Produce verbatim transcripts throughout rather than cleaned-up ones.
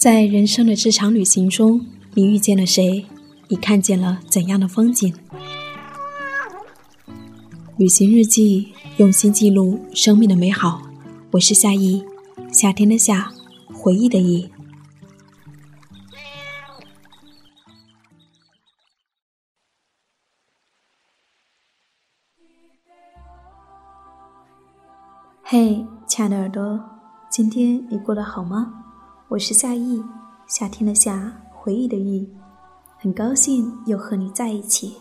在人生的这场旅行中，你遇见了谁？你看见了怎样的风景？旅行日记，用心记录生命的美好。我是夏意，夏天的夏，回忆的忆。嘿，亲爱的耳朵，今天你过得好吗？我是夏意，夏天的夏，回忆的忆，很高兴又和你在一起。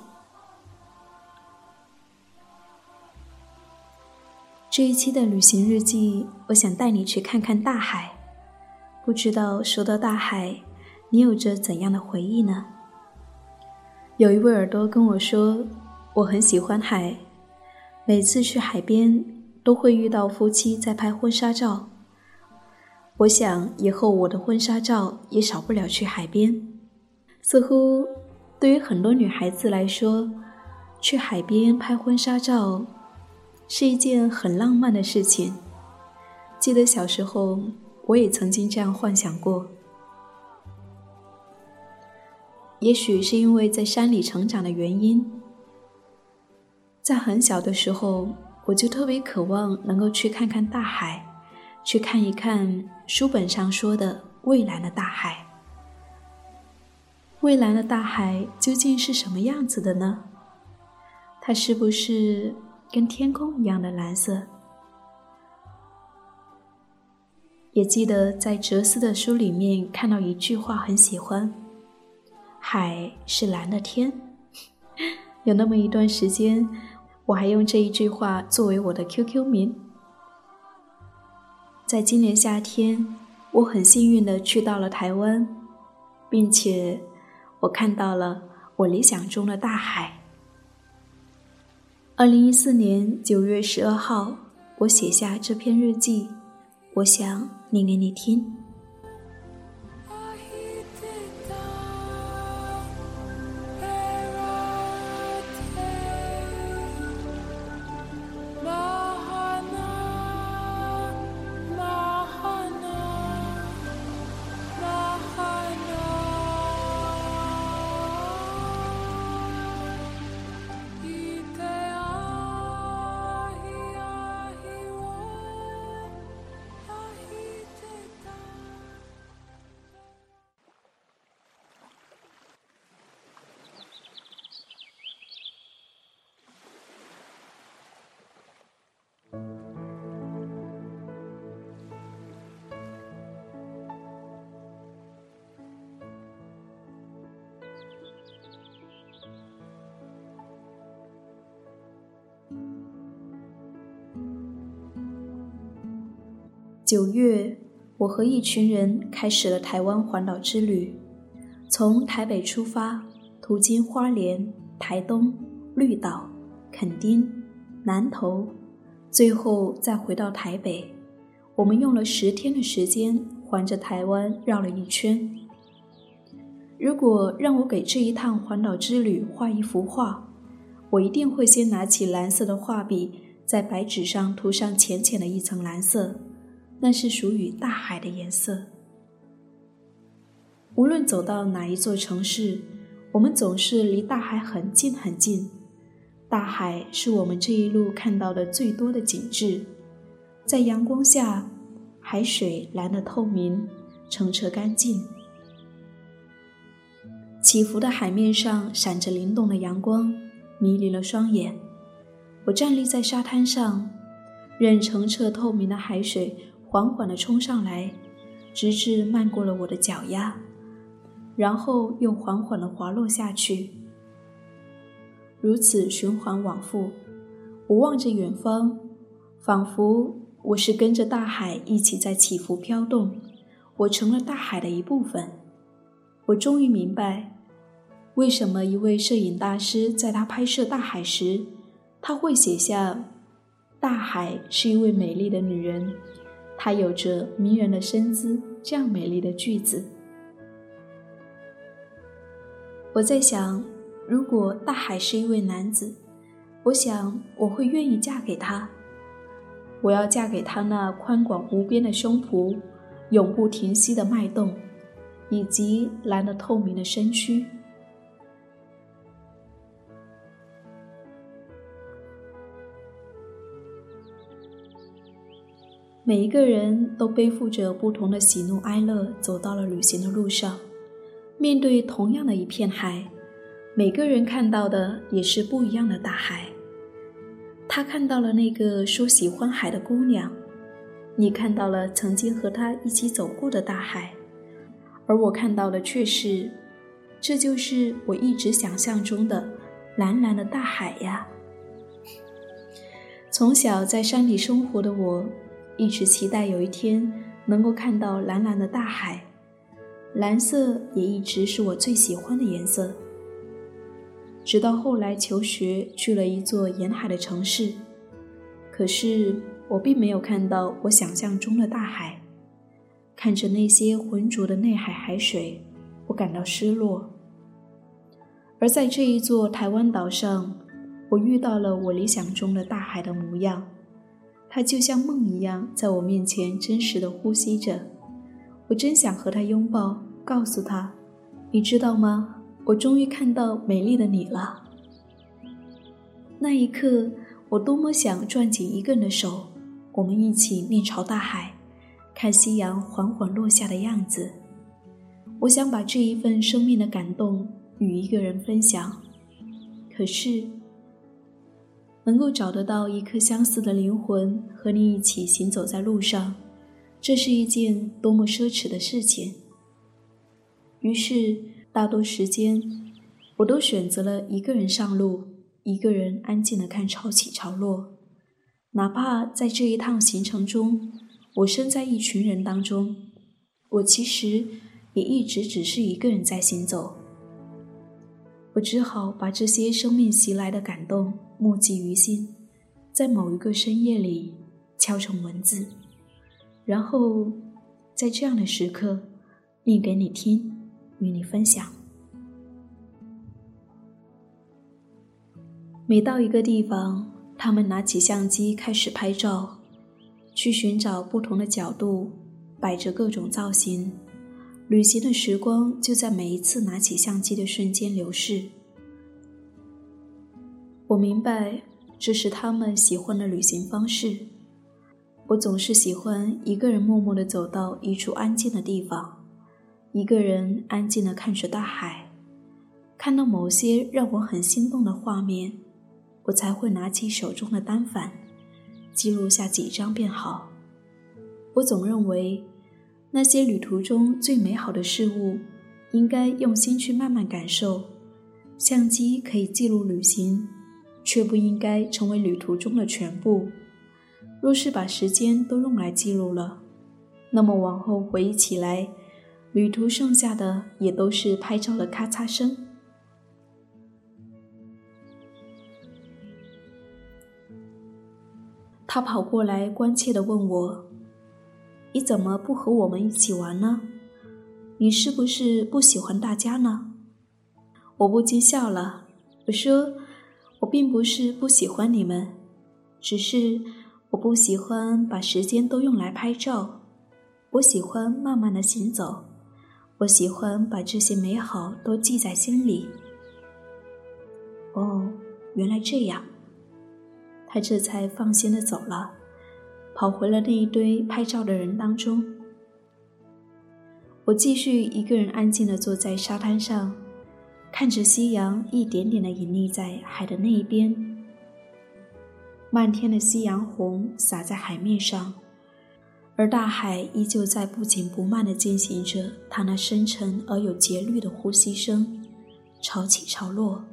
这一期的旅行日记，我想带你去看看大海。不知道说到大海，你有着怎样的回忆呢？有一位耳朵跟我说，我很喜欢海，每次去海边都会遇到夫妻在拍婚纱照。我想以后我的婚纱照也少不了去海边。似乎对于很多女孩子来说，去海边拍婚纱照是一件很浪漫的事情。记得小时候我也曾经这样幻想过。也许是因为在山里成长的原因，在很小的时候我就特别渴望能够去看看大海，去看一看书本上说的蔚蓝的大海。蔚蓝的大海究竟是什么样子的呢？它是不是跟天空一样的蓝色？也记得在哲思的书里面看到一句话很喜欢，海是蓝的天。有那么一段时间，我还用这一句话作为我的 Q Q 名。在今年夏天，我很幸运地去到了台湾，并且我看到了我理想中的大海。二零一四年九月十二号，我写下这篇日记，我想念给你听。九月，我和一群人开始了台湾环岛之旅，从台北出发，途经花莲、台东、绿岛、垦丁、南投，最后再回到台北。我们用了十天的时间环着台湾绕了一圈。如果让我给这一趟环岛之旅画一幅画，我一定会先拿起蓝色的画笔，在白纸上涂上浅浅的一层蓝色，那是属于大海的颜色。无论走到哪一座城市，我们总是离大海很近很近。大海是我们这一路看到的最多的景致，在阳光下，海水蓝得透明，澄澈干净。起伏的海面上闪着灵动的阳光，迷离了双眼。我站立在沙滩上，任澄澈透明的海水缓缓地冲上来，直至漫过了我的脚丫，然后又缓缓地滑落下去。如此循环往复，我望着远方，仿佛我是跟着大海一起在起伏飘动，我成了大海的一部分。我终于明白，为什么一位摄影大师在他拍摄大海时，他会写下大海是一位美丽的女人，她有着迷人的身姿，这样美丽的句子。我在想，如果大海是一位男子，我想我会愿意嫁给他。我要嫁给他那宽广无边的胸脯，永不停息的脉动， 以及蓝得透明的身躯。每一个人都背负着不同的喜怒哀乐，走到了旅行的路上。面对同样的一片海，每个人看到的也是不一样的大海。他看到了那个说喜欢海的姑娘，你看到了曾经和他一起走过的大海，而我看到的却是，这就是我一直想象中的蓝蓝的大海呀。从小在山里生活的我，一直期待有一天能够看到蓝蓝的大海，蓝色也一直是我最喜欢的颜色。直到后来求学去了一座沿海的城市，可是我并没有看到我想象中的大海。看着那些浑浊的内海海水，我感到失落。而在这一座台湾岛上，我遇到了我理想中的大海的模样，它就像梦一样在我面前真实地呼吸着。我真想和它拥抱，告诉它，你知道吗？我终于看到美丽的你了。那一刻，我多么想攥紧一个人的手，我们一起面朝大海，看夕阳缓缓落下的样子。我想把这一份生命的感动与一个人分享，可是能够找得到一颗相似的灵魂和你一起行走在路上，这是一件多么奢侈的事情。于是大多时间我都选择了一个人上路，一个人安静地看潮起潮落。哪怕在这一趟行程中，我身在一群人当中，我其实也一直只是一个人在行走。我只好把这些生命袭来的感动默记于心，在某一个深夜里敲成文字，然后在这样的时刻念给你听，与你分享。每到一个地方，他们拿起相机开始拍照，去寻找不同的角度，摆着各种造型。旅行的时光就在每一次拿起相机的瞬间流逝。我明白，这是他们喜欢的旅行方式。我总是喜欢一个人默默地走到一处安静的地方，一个人安静地看着大海，看到某些让我很心动的画面，我才会拿起手中的单反，记录下几张便好。我总认为，那些旅途中最美好的事物，应该用心去慢慢感受。相机可以记录旅行，却不应该成为旅途中的全部。若是把时间都用来记录了，那么往后回忆起来，旅途剩下的也都是拍照的咔嚓声。他跑过来关切地问我，你怎么不和我们一起玩呢？你是不是不喜欢大家呢？我不禁笑了，我说，我并不是不喜欢你们，只是我不喜欢把时间都用来拍照，我喜欢慢慢地行走，我喜欢把这些美好都记在心里。哦，原来这样。他这才放心地走了，跑回了那一堆拍照的人当中。我继续一个人安静地坐在沙滩上，看着夕阳一点点地隐匿在海的那一边。漫天的夕阳红洒在海面上，而大海依旧在不紧不慢地进行着它那深沉而有节律的呼吸声，潮起潮落。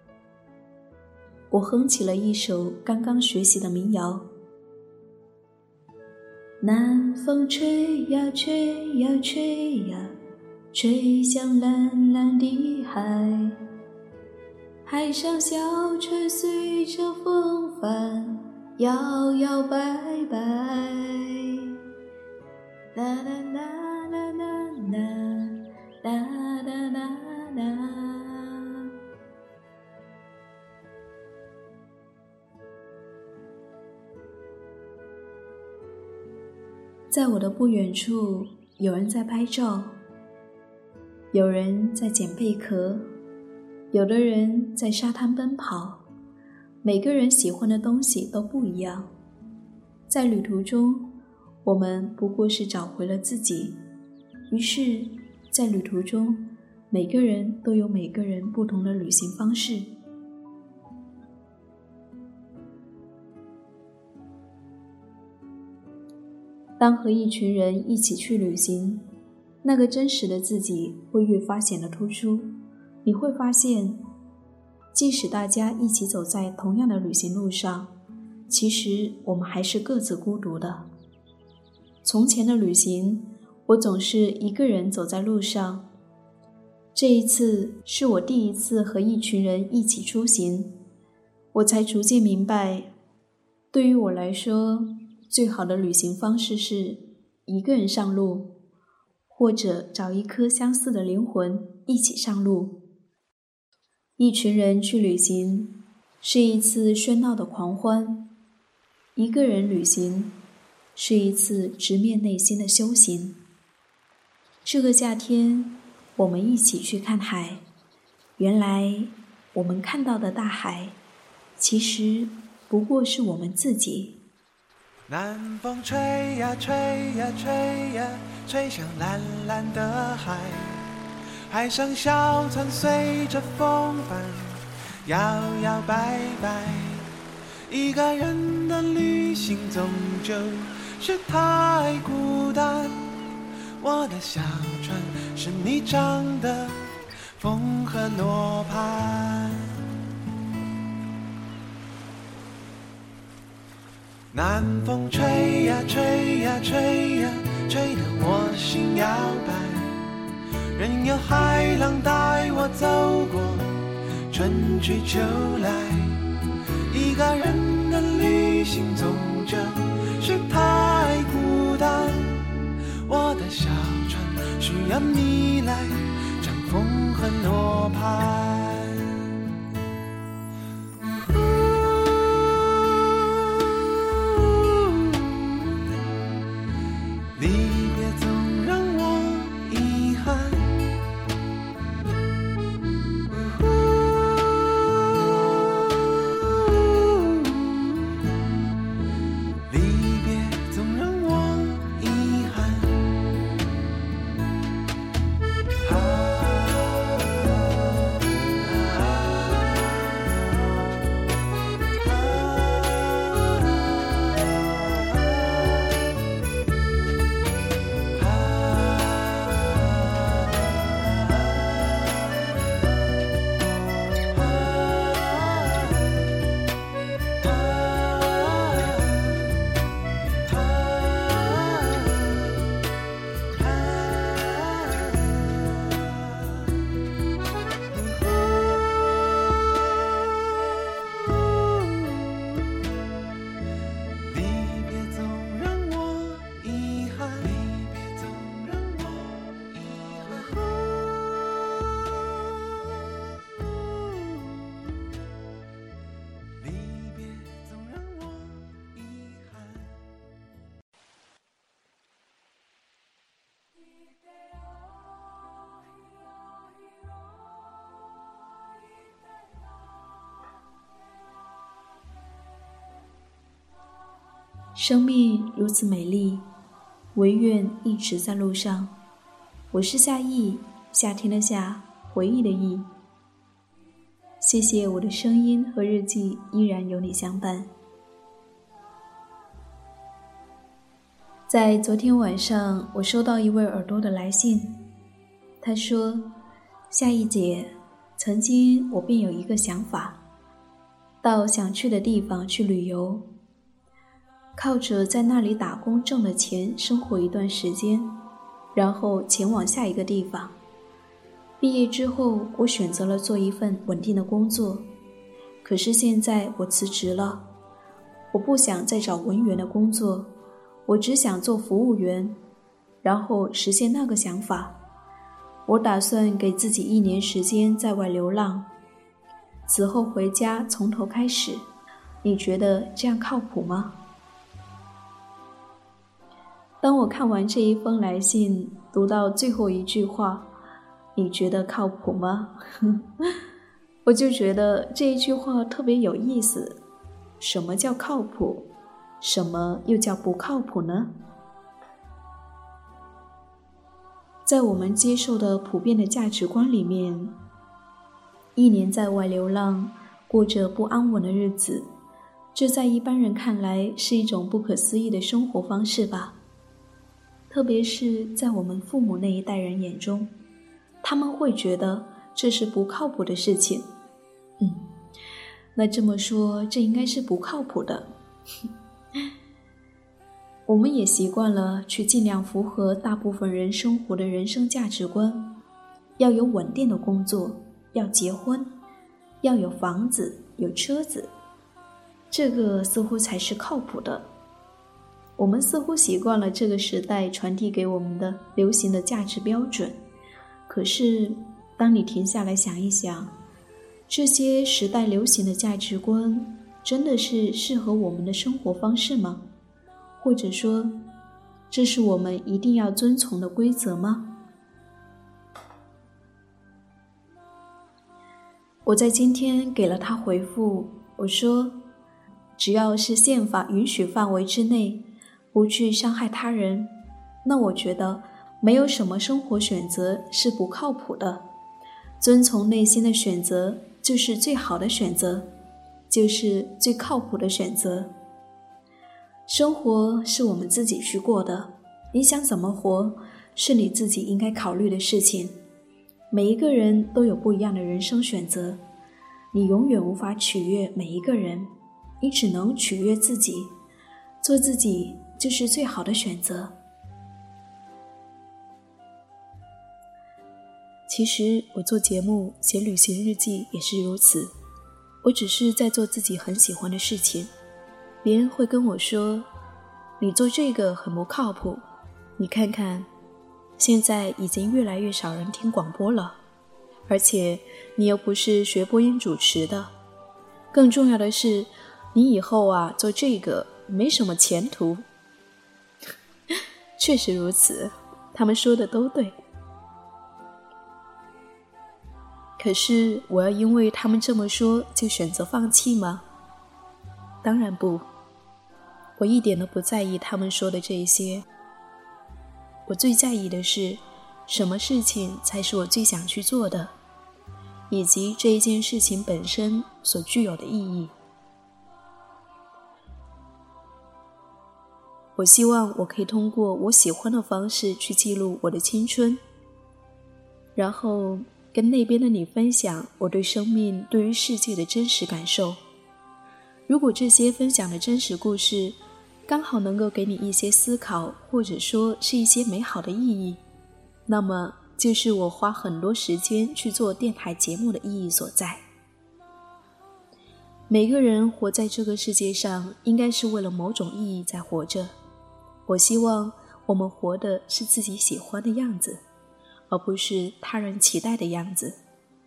我哼起了一首刚刚学习的民谣。南风吹呀吹呀吹呀，吹向蓝蓝的海，海上小船随着风帆摇摇摆摆，啦啦啦啦啦啦啦啦啦啦。在我的不远处，有人在拍照， 有人在捡贝壳，有的人在沙滩奔跑，每个人喜欢的东西都不一样。在旅途中，我们不过是找回了自己，于是在旅途中，每个人都有每个人不同的旅行方式。当和一群人一起去旅行，那个真实的自己会越发显得突出。你会发现，即使大家一起走在同样的旅行路上，其实我们还是各自孤独的。从前的旅行，我总是一个人走在路上，这一次是我第一次和一群人一起出行，我才逐渐明白，对于我来说，最好的旅行方式是一个人上路，或者找一颗相似的灵魂一起上路。一群人去旅行是一次喧闹的狂欢，一个人旅行是一次直面内心的修行。这个夏天，我们一起去看海，原来我们看到的大海，其实不过是我们自己。 南风吹呀吹呀吹呀，吹向蓝蓝的海，海上小船随着风帆摇摇摆摆，一个人的旅行终究是太孤单，我的小船是你唱的风和罗盘。南风吹呀吹呀吹呀，吹得我心摇摆，任由海浪带我走过春去秋来，一个人的旅行终究是太孤单，我的小船需要你来唱风和罗盘。离别总让我遗憾，离别总让我遗憾。啊生命如此美丽，唯愿一直在路上。我是夏意，夏天的夏，回忆的忆。谢谢我的声音和日记依然有你相伴。在昨天晚上，我收到一位耳朵的来信，他说：夏意姐，曾经我便有一个想法，到想去的地方去旅游，靠着在那里打工挣的钱生活一段时间，然后前往下一个地方。毕业之后，我选择了做一份稳定的工作，可是现在我辞职了，我不想再找文员的工作，我只想做服务员，然后实现那个想法。我打算给自己一年时间在外流浪，此后回家从头开始。你觉得这样靠谱吗？当我看完这一封来信，读到最后一句话， 你觉得靠谱吗？我就觉得这一句话特别有意思。什么叫靠谱？什么又叫不靠谱呢？在我们接受的普遍的价值观里面，一年在外流浪，过着不安稳的日子，这在一般人看来是一种不可思议的生活方式吧。特别是在我们父母那一代人眼中，他们会觉得这是不靠谱的事情。嗯，那这么说，这应该是不靠谱的。我们也习惯了去尽量符合大部分人生活的人生价值观，要有稳定的工作，要结婚，要有房子，有车子，这个似乎才是靠谱的。我们似乎习惯了这个时代传递给我们的流行的价值标准，可是当你停下来想一想，这些时代流行的价值观真的是适合我们的生活方式吗？或者说，这是我们一定要遵从的规则吗？我在今天给了他回复，我说，只要是宪法允许范围之内，不去伤害他人，那我觉得没有什么生活选择是不靠谱的。遵从内心的选择就是最好的选择，就是最靠谱的选择。生活是我们自己去过的，你想怎么活是你自己应该考虑的事情。每一个人都有不一样的人生选择，你永远无法取悦每一个人，你只能取悦自己，做自己就是最好的选择。其实我做节目写旅行日记也是如此，我只是在做自己很喜欢的事情。别人会跟我说，你做这个很不靠谱，你看看现在已经越来越少人听广播了，而且你又不是学播音主持的，更重要的是你以后啊做这个没什么前途。确实如此，他们说的都对。可是我要因为他们这么说就选择放弃吗？当然不，我一点都不在意他们说的这些。我最在意的是什么事情才是我最想去做的，以及这一件事情本身所具有的意义。我希望我可以通过我喜欢的方式去记录我的青春，然后跟那边的你分享我对生命、对于世界的真实感受。如果这些分享的真实故事刚好能够给你一些思考，或者说是一些美好的意义，那么就是我花很多时间去做电台节目的意义所在。每个人活在这个世界上，应该是为了某种意义在活着。我希望我们活的是自己喜欢的样子，而不是他人期待的样子。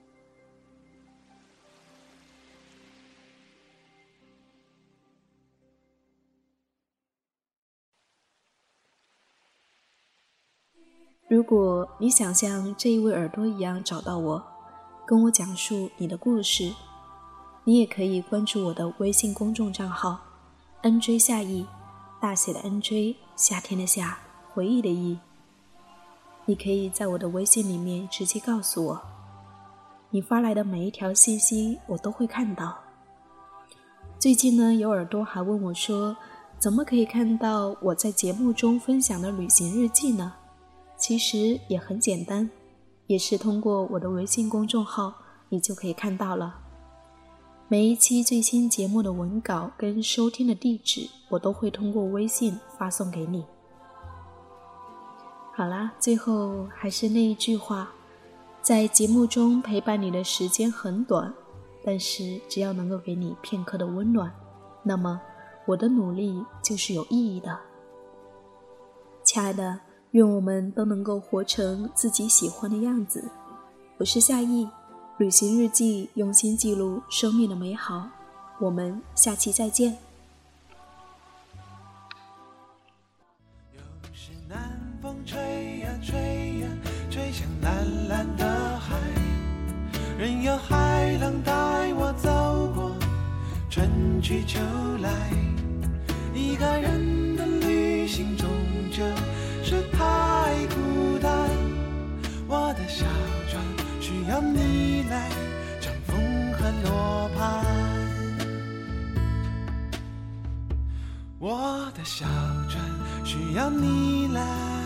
如果你想像这一位耳朵一样找到我，跟我讲述你的故事，你也可以关注我的微信公众账号 N J 夏意，大写的 N J， 夏天的夏，回忆的忆。你可以在我的微信里面直接告诉我，你发来的每一条信息我都会看到。最近呢，有耳朵还问我说，怎么可以看到我在节目中分享的旅行日记呢？其实也很简单，也是通过我的微信公众号你就可以看到了。每一期最新节目的文稿跟收听的地址我都会通过微信发送给你。好啦，最后还是那一句话，在节目中陪伴你的时间很短，但是只要能够给你片刻的温暖，那么我的努力就是有意义的。亲爱的，愿我们都能够活成自己喜欢的样子。我是夏意，旅行日记，用心记录生命的美好。我们下期再见。 有时南风吹呀吹呀，吹向蓝蓝的任由海浪带我走过春去秋来，一个人的旅行终究是太孤单。我的小船需要你来乘风和落盘，我的小船需要你来